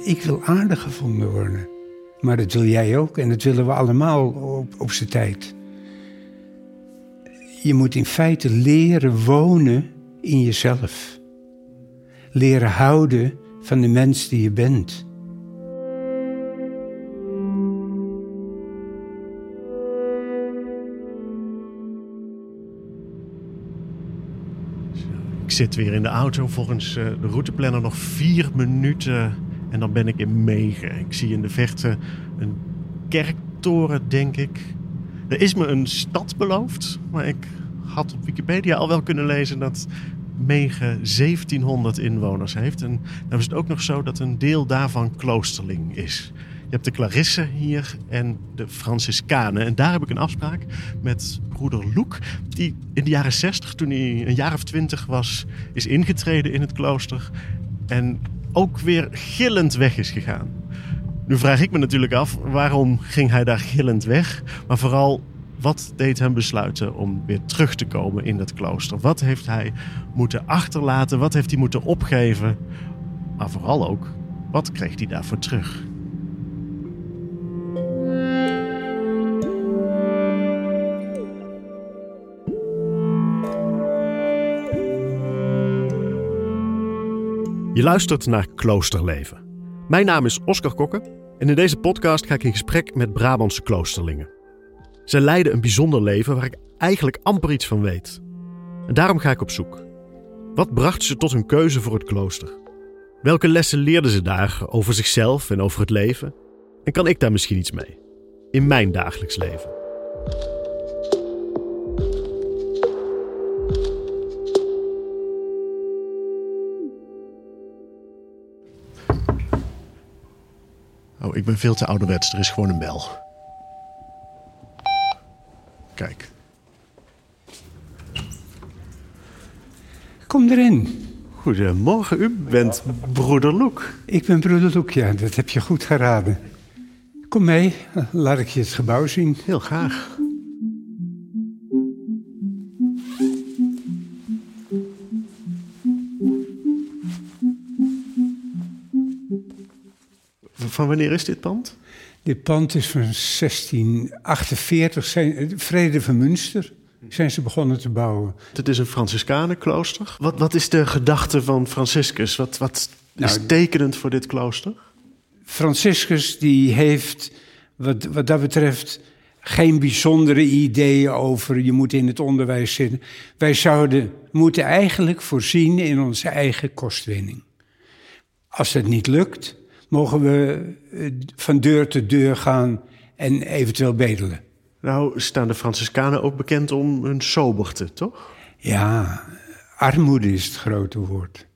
Ik wil aardig gevonden worden. Maar dat wil jij ook en dat willen we allemaal op z'n tijd. Je moet in feite leren wonen in jezelf. Leren houden van de mens die je bent. Ik zit weer in de auto, volgens de routeplanner nog 4 minuten en dan ben ik in Megen. Ik zie in de verte een kerktoren, denk ik. Er is me een stad beloofd, maar ik had op Wikipedia al wel kunnen lezen dat Megen 1700 inwoners heeft. En dan is het ook nog zo dat een deel daarvan kloosterling is. Je hebt de Clarissen hier en de Franciscanen. En daar heb ik een afspraak met broeder Loek, die in de jaren 60, toen hij een jaar of 20 was, is ingetreden in het klooster. En ook weer gillend weg is gegaan. Nu vraag ik me natuurlijk af, waarom ging hij daar gillend weg? Maar vooral, wat deed hem besluiten om weer terug te komen in dat klooster? Wat heeft hij moeten achterlaten? Wat heeft hij moeten opgeven? Maar vooral ook, wat kreeg hij daarvoor terug? Je luistert naar Kloosterleven. Mijn naam is Oscar Kokke en in deze podcast ga ik in gesprek met Brabantse kloosterlingen. Zij leiden een bijzonder leven waar ik eigenlijk amper iets van weet. En daarom ga ik op zoek. Wat bracht ze tot hun keuze voor het klooster? Welke lessen leerden ze daar over zichzelf en over het leven? En kan ik daar misschien iets mee? In mijn dagelijks leven. Oh, ik ben veel te ouderwets. Er is gewoon een bel. Kijk. Kom erin. Goedemorgen, u bent broeder Loek. Ik ben broeder Loek, ja. Dat heb je goed geraden. Kom mee, laat ik je het gebouw zien. Heel graag. Van wanneer is dit pand? Dit pand is van 1648, Vrede van Münster, zijn ze begonnen te bouwen. Het is een Franciscanenklooster. Wat is de gedachte van Franciscus? Wat is tekenend voor dit klooster? Franciscus die heeft wat dat betreft geen bijzondere ideeën over je moet in het onderwijs zitten. Wij moeten eigenlijk voorzien in onze eigen kostwinning. Als dat niet lukt, mogen we van deur tot deur gaan en eventueel bedelen. Nou, staan de Franciscanen ook bekend om hun soberte, toch? Ja, armoede is het grote woord.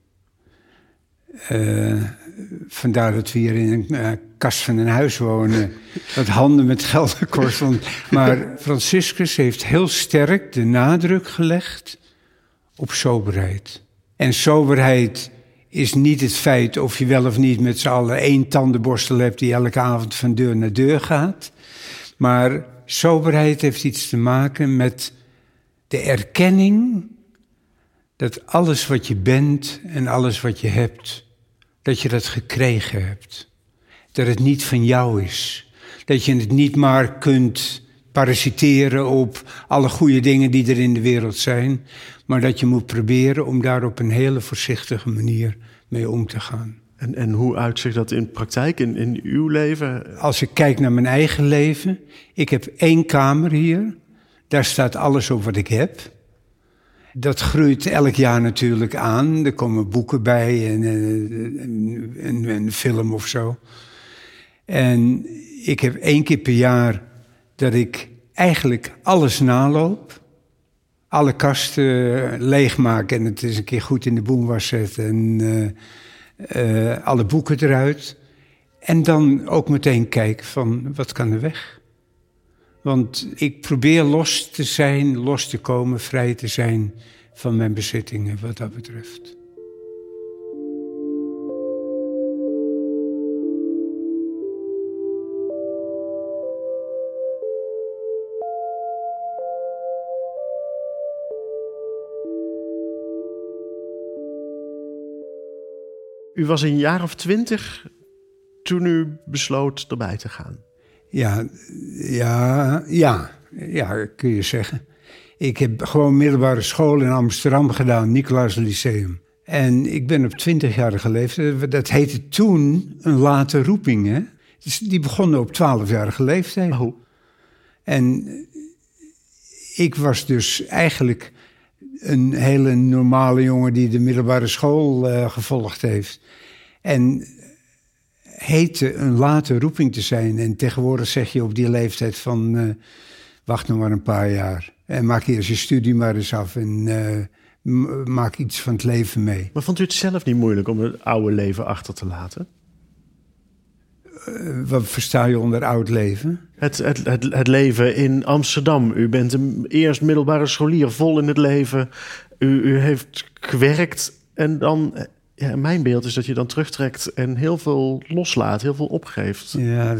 Vandaar dat we hier in een kast van een huis wonen, dat handen met geld kost. Maar Franciscus heeft heel sterk de nadruk gelegd op soberheid. En soberheid is niet het feit of je wel of niet met z'n allen 1 tandenborstel hebt die elke avond van deur naar deur gaat. Maar soberheid heeft iets te maken met de erkenning dat alles wat je bent en alles wat je hebt, dat je dat gekregen hebt. Dat het niet van jou is. Dat je het niet maar kunt parasiteren op alle goede dingen die er in de wereld zijn, maar dat je moet proberen om daar op een hele voorzichtige manier mee om te gaan. En hoe uitzicht dat in praktijk, in uw leven? Als ik kijk naar mijn eigen leven, ik heb 1 kamer hier. Daar staat alles op wat ik heb. Dat groeit elk jaar natuurlijk aan. Er komen boeken bij en een film of zo. En ik heb 1 keer per jaar dat ik eigenlijk alles naloop. Alle kasten leegmaak en het is een keer goed in de boomwas zetten. En alle boeken eruit. En dan ook meteen kijken van wat kan er weg. Want ik probeer los te zijn, los te komen, vrij te zijn van mijn bezittingen wat dat betreft. U was een jaar of 20 toen u besloot erbij te gaan? Ja, kun je zeggen. Ik heb gewoon middelbare school in Amsterdam gedaan, Nicolaas Lyceum. En ik ben op 20-jarige leeftijd, dat heette toen een late roeping, hè? Dus die begonnen op 12-jarige leeftijd. Oh. En ik was dus eigenlijk een hele normale jongen die de middelbare school gevolgd heeft. En heette een late roeping te zijn. En tegenwoordig zeg je op die leeftijd van wacht nog maar een paar jaar. En maak eerst je studie maar eens af en maak iets van het leven mee. Maar vond u het zelf niet moeilijk om het oude leven achter te laten? Wat versta je onder oud leven? Het leven in Amsterdam. U bent een eerst middelbare scholier, vol in het leven. U heeft gewerkt en dan... Ja, mijn beeld is dat je dan terugtrekt en heel veel loslaat, heel veel opgeeft. Ja,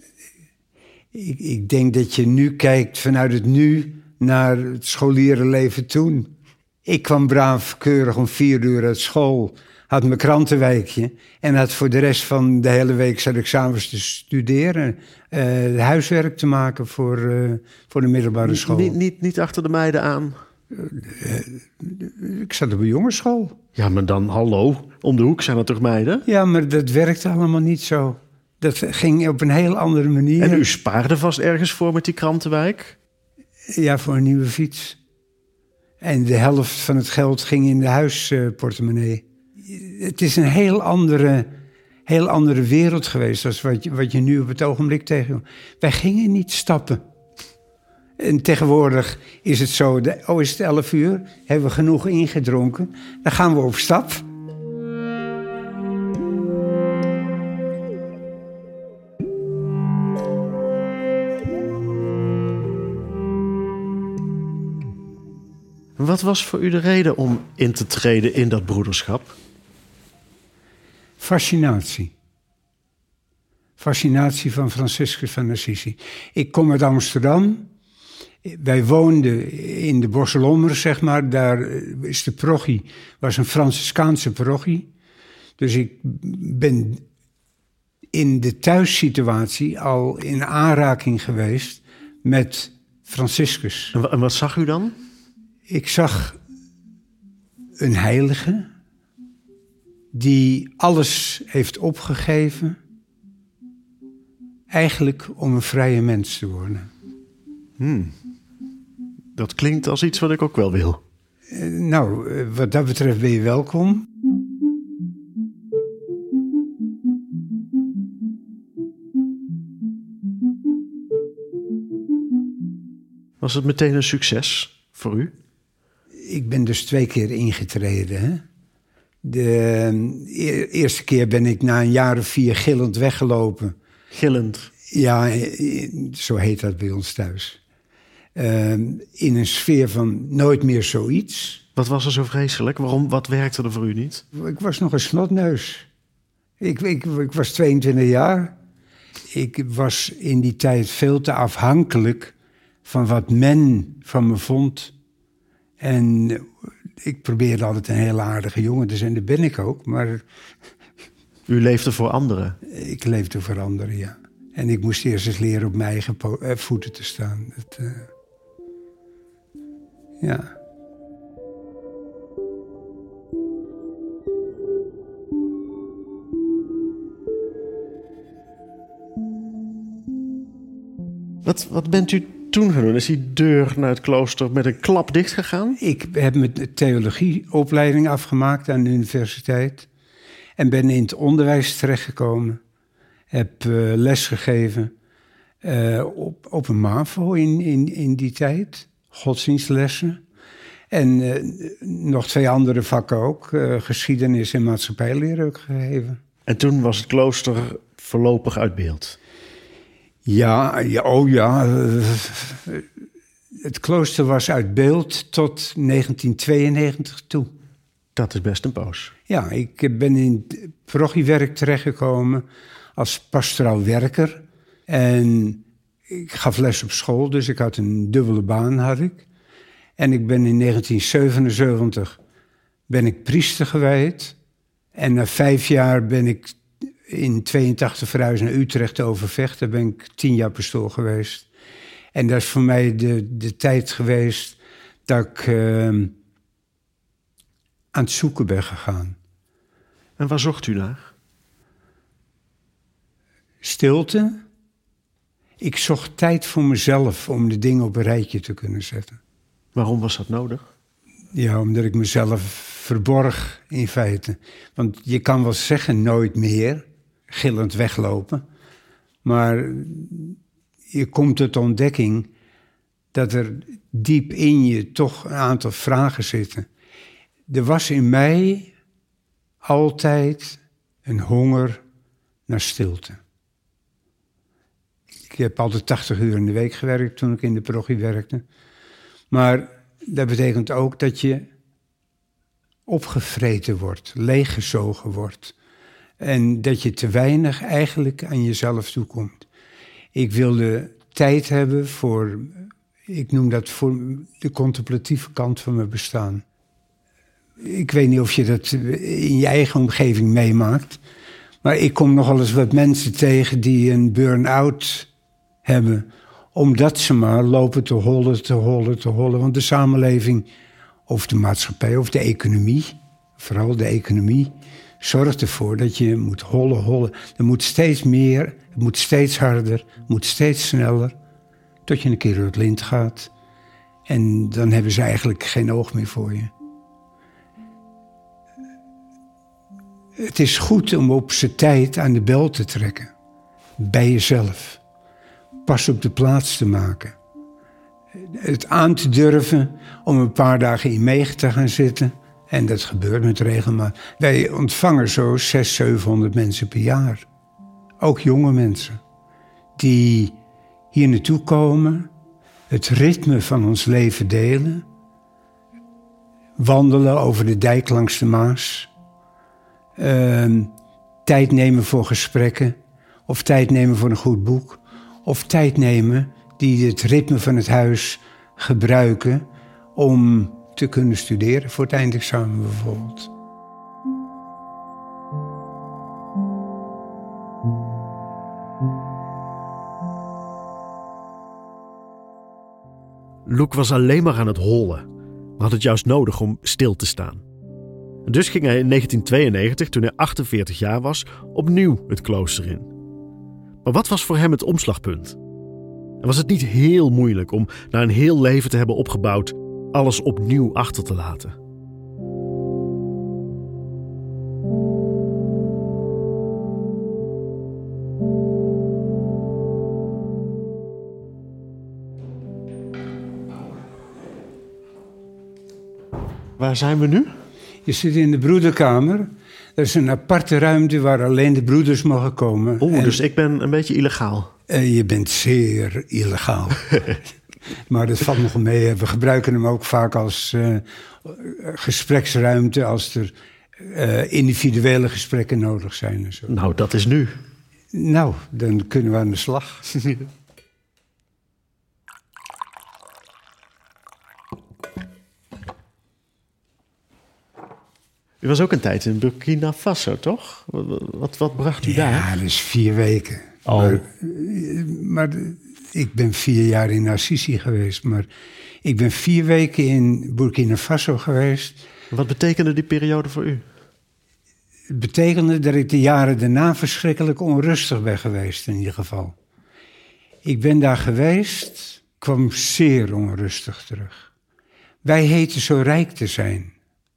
ik denk dat je nu kijkt vanuit het nu naar het scholierenleven toen. Ik kwam braaf keurig om 4 uur uit school, had mijn krantenwijkje en had voor de rest van de hele week zat ik 's avonds te studeren, huiswerk te maken voor de middelbare school. Niet achter de meiden aan? Ik zat op een jongensschool. Ja, maar dan hallo, om de hoek zijn er toch meiden? Ja, maar dat werkte allemaal niet zo. Dat ging op een heel andere manier. En u spaarde vast ergens voor met die krantenwijk? Ja, voor een nieuwe fiets. En de helft van het geld ging in de huisportemonnee. Het is een heel andere wereld geweest als wat je nu op het ogenblik tegenkomt. Wij gingen niet stappen. En tegenwoordig is het zo, is het 11 uur, hebben we genoeg ingedronken, dan gaan we op stap. Wat was voor u de reden om in te treden in dat broederschap? Fascinatie. Fascinatie van Franciscus van Assisi. Ik kom uit Amsterdam. Wij woonden in de Bosselommers, zeg maar. Daar is de parochie, was een Franciscaanse parochie. Dus ik ben in de thuissituatie al in aanraking geweest met Franciscus. En wat zag u dan? Ik zag een heilige die alles heeft opgegeven, eigenlijk om een vrije mens te worden. Dat klinkt als iets wat ik ook wel wil. Wat dat betreft ben je welkom. Was het meteen een succes voor u? Ik ben dus 2 keer ingetreden. Hè? De eerste keer ben ik na een jaar of 4 gillend weggelopen. Gillend? Ja, zo heet dat bij ons thuis. In een sfeer van nooit meer zoiets. Wat was er zo vreselijk? Wat werkte er voor u niet? Ik was nog een snotneus. Ik was 22 jaar. Ik was in die tijd veel te afhankelijk van wat men van me vond. En ik probeerde altijd een heel aardige jongen te zijn, dat ben ik ook. Maar u leefde voor anderen? Ik leefde voor anderen, ja. En ik moest eerst eens leren op mijn eigen voeten te staan. Ja. Wat bent u toen gaan doen? Is die deur naar het klooster met een klap dicht gegaan? Ik heb mijn theologieopleiding afgemaakt aan de universiteit. En ben in het onderwijs terechtgekomen. Heb les gegeven op een MAVO in die tijd. Godsdienstlessen. En nog 2 andere vakken ook. Geschiedenis en maatschappijleer ook gegeven. En toen was het klooster voorlopig uit beeld? Ja. Het klooster was uit beeld tot 1992 toe. Dat is best een poos. Ja, ik ben in parochiewerk terechtgekomen als pastoraal werker. En ik gaf les op school, dus ik had een dubbele baan, had ik. En ik ben in 1977 priester gewijd. En na 5 jaar ben ik in 82 verhuisd naar Utrecht, Overvecht. Daar ben ik 10 jaar pastoor geweest. En dat is voor mij de tijd geweest dat ik aan het zoeken ben gegaan. En waar zocht u naar? Stilte. Ik zocht tijd voor mezelf om de dingen op een rijtje te kunnen zetten. Waarom was dat nodig? Ja, omdat ik mezelf verborg in feite. Want je kan wel zeggen nooit meer, gillend weglopen. Maar je komt tot de ontdekking dat er diep in je toch een aantal vragen zitten. Er was in mij altijd een honger naar stilte. Ik heb altijd 80 uur in de week gewerkt toen ik in de parochie werkte. Maar dat betekent ook dat je opgevreten wordt, leeggezogen wordt. En dat je te weinig eigenlijk aan jezelf toekomt. Ik wilde tijd hebben voor, ik noem dat voor de contemplatieve kant van mijn bestaan. Ik weet niet of je dat in je eigen omgeving meemaakt. Maar ik kom nogal eens wat mensen tegen die een burn-out hebben. Omdat ze maar lopen te hollen. Want de samenleving, of de maatschappij, of de economie, vooral de economie, zorgt ervoor dat je moet hollen. Er moet steeds meer, het moet steeds harder, het moet steeds sneller. Tot je een keer door het lint gaat. En dan hebben ze eigenlijk geen oog meer voor je. Het is goed om op z'n tijd aan de bel te trekken. Bij jezelf. Pas op de plaats te maken. Het aan te durven om een paar dagen in Megen te gaan zitten. En dat gebeurt met regelmaat. Wij ontvangen zo 600-700 mensen per jaar. Ook jonge mensen. Die hier naartoe komen. Het ritme van ons leven delen. Wandelen over de dijk langs de Maas. Tijd nemen voor gesprekken. Of tijd nemen voor een goed boek. Of tijd nemen die het ritme van het huis gebruiken om te kunnen studeren voor het eindexamen bijvoorbeeld. Luc was alleen maar aan het hollen, maar had het juist nodig om stil te staan. En dus ging hij in 1992, toen hij 48 jaar was, opnieuw het klooster in. Maar wat was voor hem het omslagpunt? En was het niet heel moeilijk om na een heel leven te hebben opgebouwd alles opnieuw achter te laten? Waar zijn we nu? Je zit in de broederkamer. Dat is een aparte ruimte waar alleen de broeders mogen komen. Dus ik ben een beetje illegaal. Je bent zeer illegaal. Maar dat valt nog mee. We gebruiken hem ook vaak als gespreksruimte als er individuele gesprekken nodig zijn. En zo. Nou, dat is nu. Nou, dan kunnen we aan de slag. U was ook een tijd in Burkina Faso, toch? Wat bracht u daar? Ja, dat is 4 weken. Oh. Maar ik ben 4 jaar in Assisi geweest. Maar ik ben 4 weken in Burkina Faso geweest. Wat betekende die periode voor u? Het betekende dat ik de jaren daarna verschrikkelijk onrustig ben geweest, in ieder geval. Ik ben daar geweest, kwam zeer onrustig terug. Wij heten zo rijk te zijn.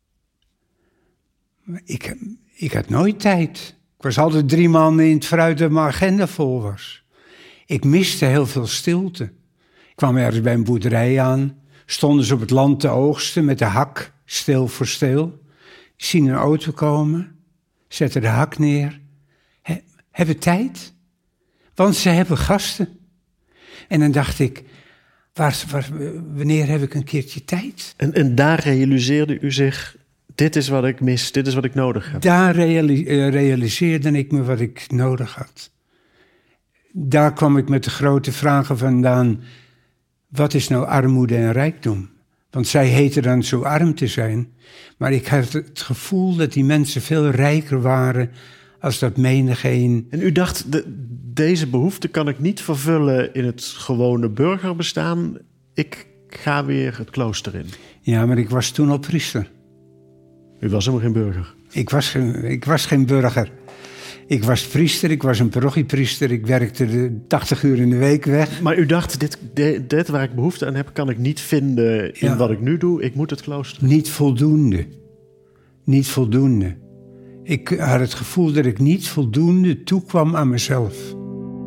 Maar ik had nooit tijd. Ik was altijd 3 maanden in het vooruit dat mijn agenda vol was. Ik miste heel veel stilte. Ik kwam ergens bij een boerderij aan. Stonden ze op het land te oogsten met de hak, steel voor steel. Zien een auto komen. Zetten de hak neer. Hebben tijd. Want ze hebben gasten. En dan dacht ik, wanneer heb ik een keertje tijd? En daar realiseerde u zich, dit is wat ik mis, dit is wat ik nodig heb. Daar realiseerde ik me wat ik nodig had. Daar kwam ik met de grote vragen vandaan. Wat is nou armoede en rijkdom? Want zij heten dan zo arm te zijn. Maar ik had het gevoel dat die mensen veel rijker waren als dat menigeen... En u dacht, deze behoefte kan ik niet vervullen in het gewone burgerbestaan. Ik ga weer het klooster in. Ja, maar ik was toen al priester. U was helemaal geen burger. Ik was geen burger. Ik was priester, ik was een parochiepriester. Ik werkte 80 uur in de week weg. Maar u dacht, dit waar ik behoefte aan heb, kan ik niet vinden in wat ik nu doe. Ik moet het klooster. Niet voldoende. Niet voldoende. Ik had het gevoel dat ik niet voldoende toekwam aan mezelf.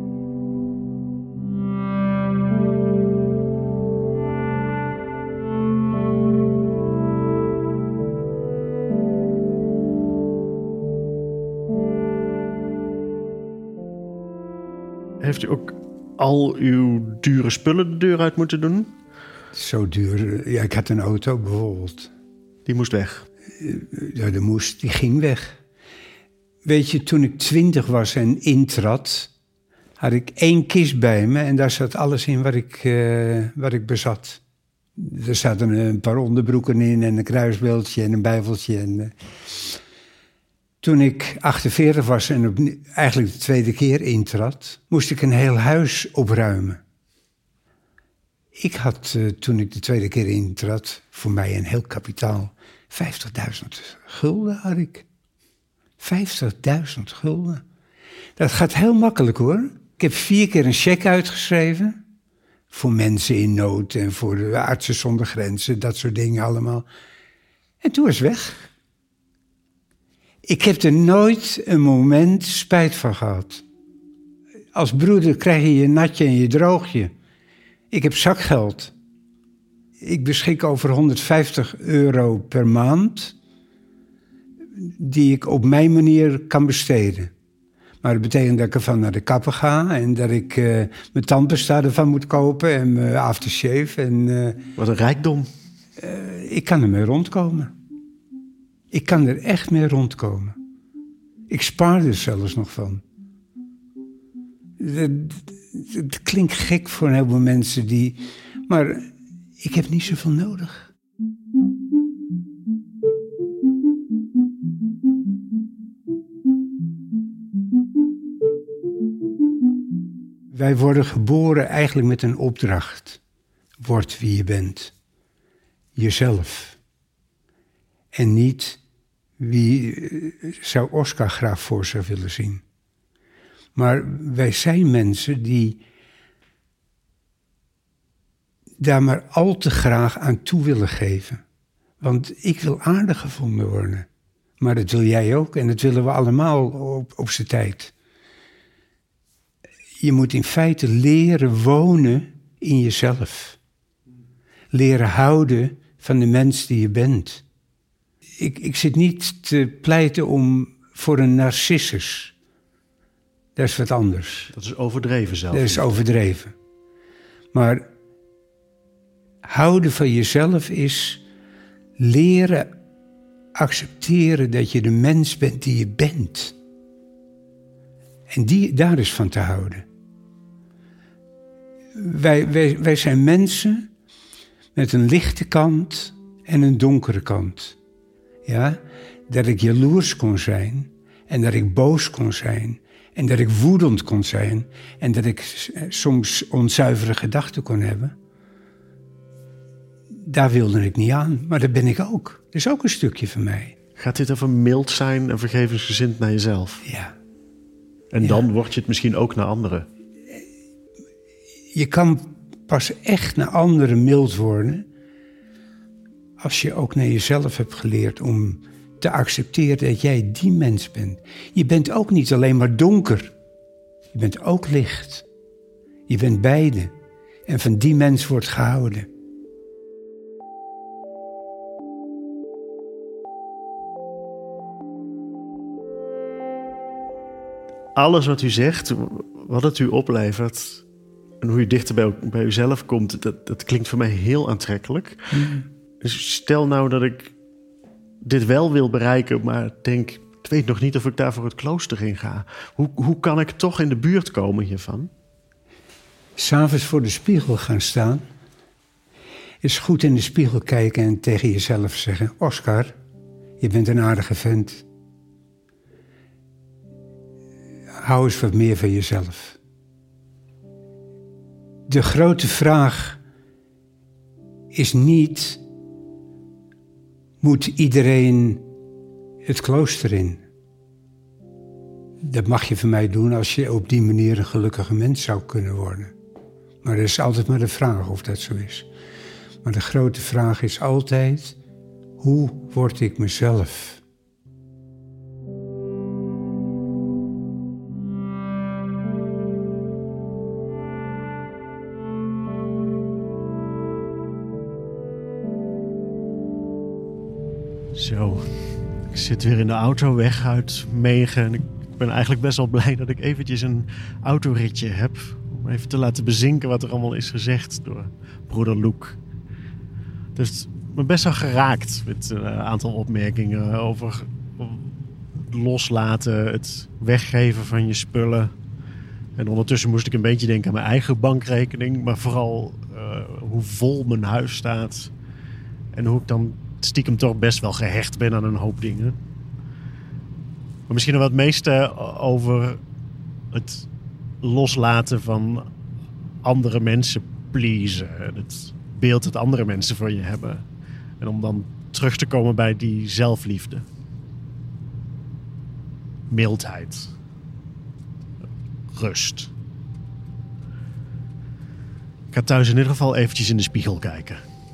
Heeft u ook al uw dure spullen de deur uit moeten doen? Zo duur. Ja, ik had een auto bijvoorbeeld. Die moest weg? Ja, die ging weg. Weet je, toen ik 20 was en intrad, had ik 1 kist bij me en daar zat alles in wat ik bezat. Er zaten een paar onderbroeken in en een kruisbeeldje en een bijbeltje. Toen ik 48 was en eigenlijk de tweede keer intrad, moest ik een heel huis opruimen. Ik had, toen ik de tweede keer intrad, voor mij een heel kapitaal. 50.000 gulden had ik. 50.000 gulden. Dat gaat heel makkelijk hoor. Ik heb 4 keer een cheque uitgeschreven. Voor mensen in nood en voor de Artsen zonder Grenzen, dat soort dingen allemaal. En toen was het weg. Ik heb er nooit een moment spijt van gehad. Als broeder krijg je je natje en je droogje. Ik heb zakgeld. Ik beschik over €150 per maand, die ik op mijn manier kan besteden. Maar dat betekent dat ik ervan naar de kapper ga en dat ik mijn tandpasta ervan moet kopen en mijn aftershave. Wat een rijkdom. Ik kan ermee rondkomen. Ik kan er echt mee rondkomen. Ik spaar er zelfs nog van. Het klinkt gek voor een heleboel mensen maar ik heb niet zoveel nodig. Wij worden geboren eigenlijk met een opdracht. Word wie je bent. Jezelf. En niet wie zou Oscar graag voor zou willen zien. Maar wij zijn mensen die daar maar al te graag aan toe willen geven. Want ik wil aardig gevonden worden. Maar dat wil jij ook en dat willen we allemaal op z'n tijd. Je moet in feite leren wonen in jezelf. Leren houden van de mens die je bent. Ik zit niet te pleiten voor een narcissus. Dat is wat anders. Dat is overdreven zelf. Dat is overdreven. Maar houden van jezelf is leren accepteren dat je de mens bent die je bent. En daar is van te houden. Wij zijn mensen met een lichte kant en een donkere kant. Ja? Dat ik jaloers kon zijn en dat ik boos kon zijn en dat ik woedend kon zijn en dat ik soms onzuivere gedachten kon hebben. Daar wilde ik niet aan, maar dat ben ik ook. Dat is ook een stukje van mij. Gaat dit over mild zijn en vergevensgezind naar jezelf? Ja. En dan word je het misschien ook naar anderen. Je kan pas echt naar anderen mild worden als je ook naar jezelf hebt geleerd om te accepteren dat jij die mens bent. Je bent ook niet alleen maar donker. Je bent ook licht. Je bent beide. En van die mens wordt gehouden. Alles wat u zegt, wat het u oplevert en hoe u dichter bij uzelf komt, dat klinkt voor mij heel aantrekkelijk. Dus stel nou dat ik dit wel wil bereiken, maar denk, ik weet nog niet of ik daar voor het klooster in ga. Hoe kan ik toch in de buurt komen hiervan? 'S Avonds voor de spiegel gaan staan. Is goed in de spiegel kijken en tegen jezelf zeggen: Oscar, je bent een aardige vent. hou eens wat meer van jezelf. De grote vraag is niet, moet iedereen het klooster in? Dat mag je van mij doen als je op die manier een gelukkige mens zou kunnen worden. Maar dat is altijd maar de vraag of dat zo is. Maar de grote vraag is altijd, hoe word ik mezelf? Zo, ik zit weer in de auto weg uit Megen. En ik ben eigenlijk best wel blij dat ik eventjes een autoritje heb. Om even te laten bezinken wat er allemaal is gezegd door broeder Luc. Dus me best wel geraakt met een aantal opmerkingen over loslaten, het weggeven van je spullen. En ondertussen moest ik een beetje denken aan mijn eigen bankrekening. Maar vooral hoe vol mijn huis staat. En hoe ik dan stiekem toch best wel gehecht ben aan een hoop dingen. Maar misschien nog wel het meeste over het loslaten van andere mensen pleasen. En het beeld dat andere mensen voor je hebben. En om dan terug te komen bij die zelfliefde. Mildheid. Rust. Ik ga thuis in ieder geval eventjes in de spiegel kijken.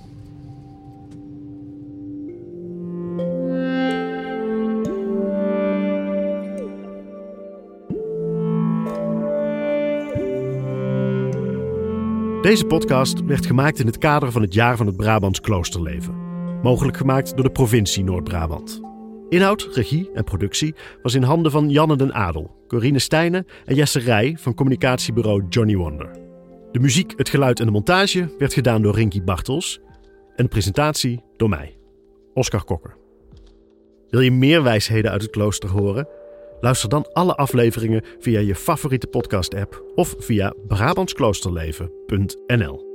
Deze podcast werd gemaakt in het kader van het Jaar van het Brabants Kloosterleven. Mogelijk gemaakt door de provincie Noord-Brabant. Inhoud, regie en productie was in handen van Janne den Adel, Corine Stijnen en Jesse Rij van communicatiebureau Johnny Wonder. De muziek, het geluid en de montage werd gedaan door Rinky Bartels en de presentatie door mij, Oscar Kokker. Wil je meer wijsheden uit het klooster horen? Luister dan alle afleveringen via je favoriete podcast-app of via Brabantskloosterleven.nl.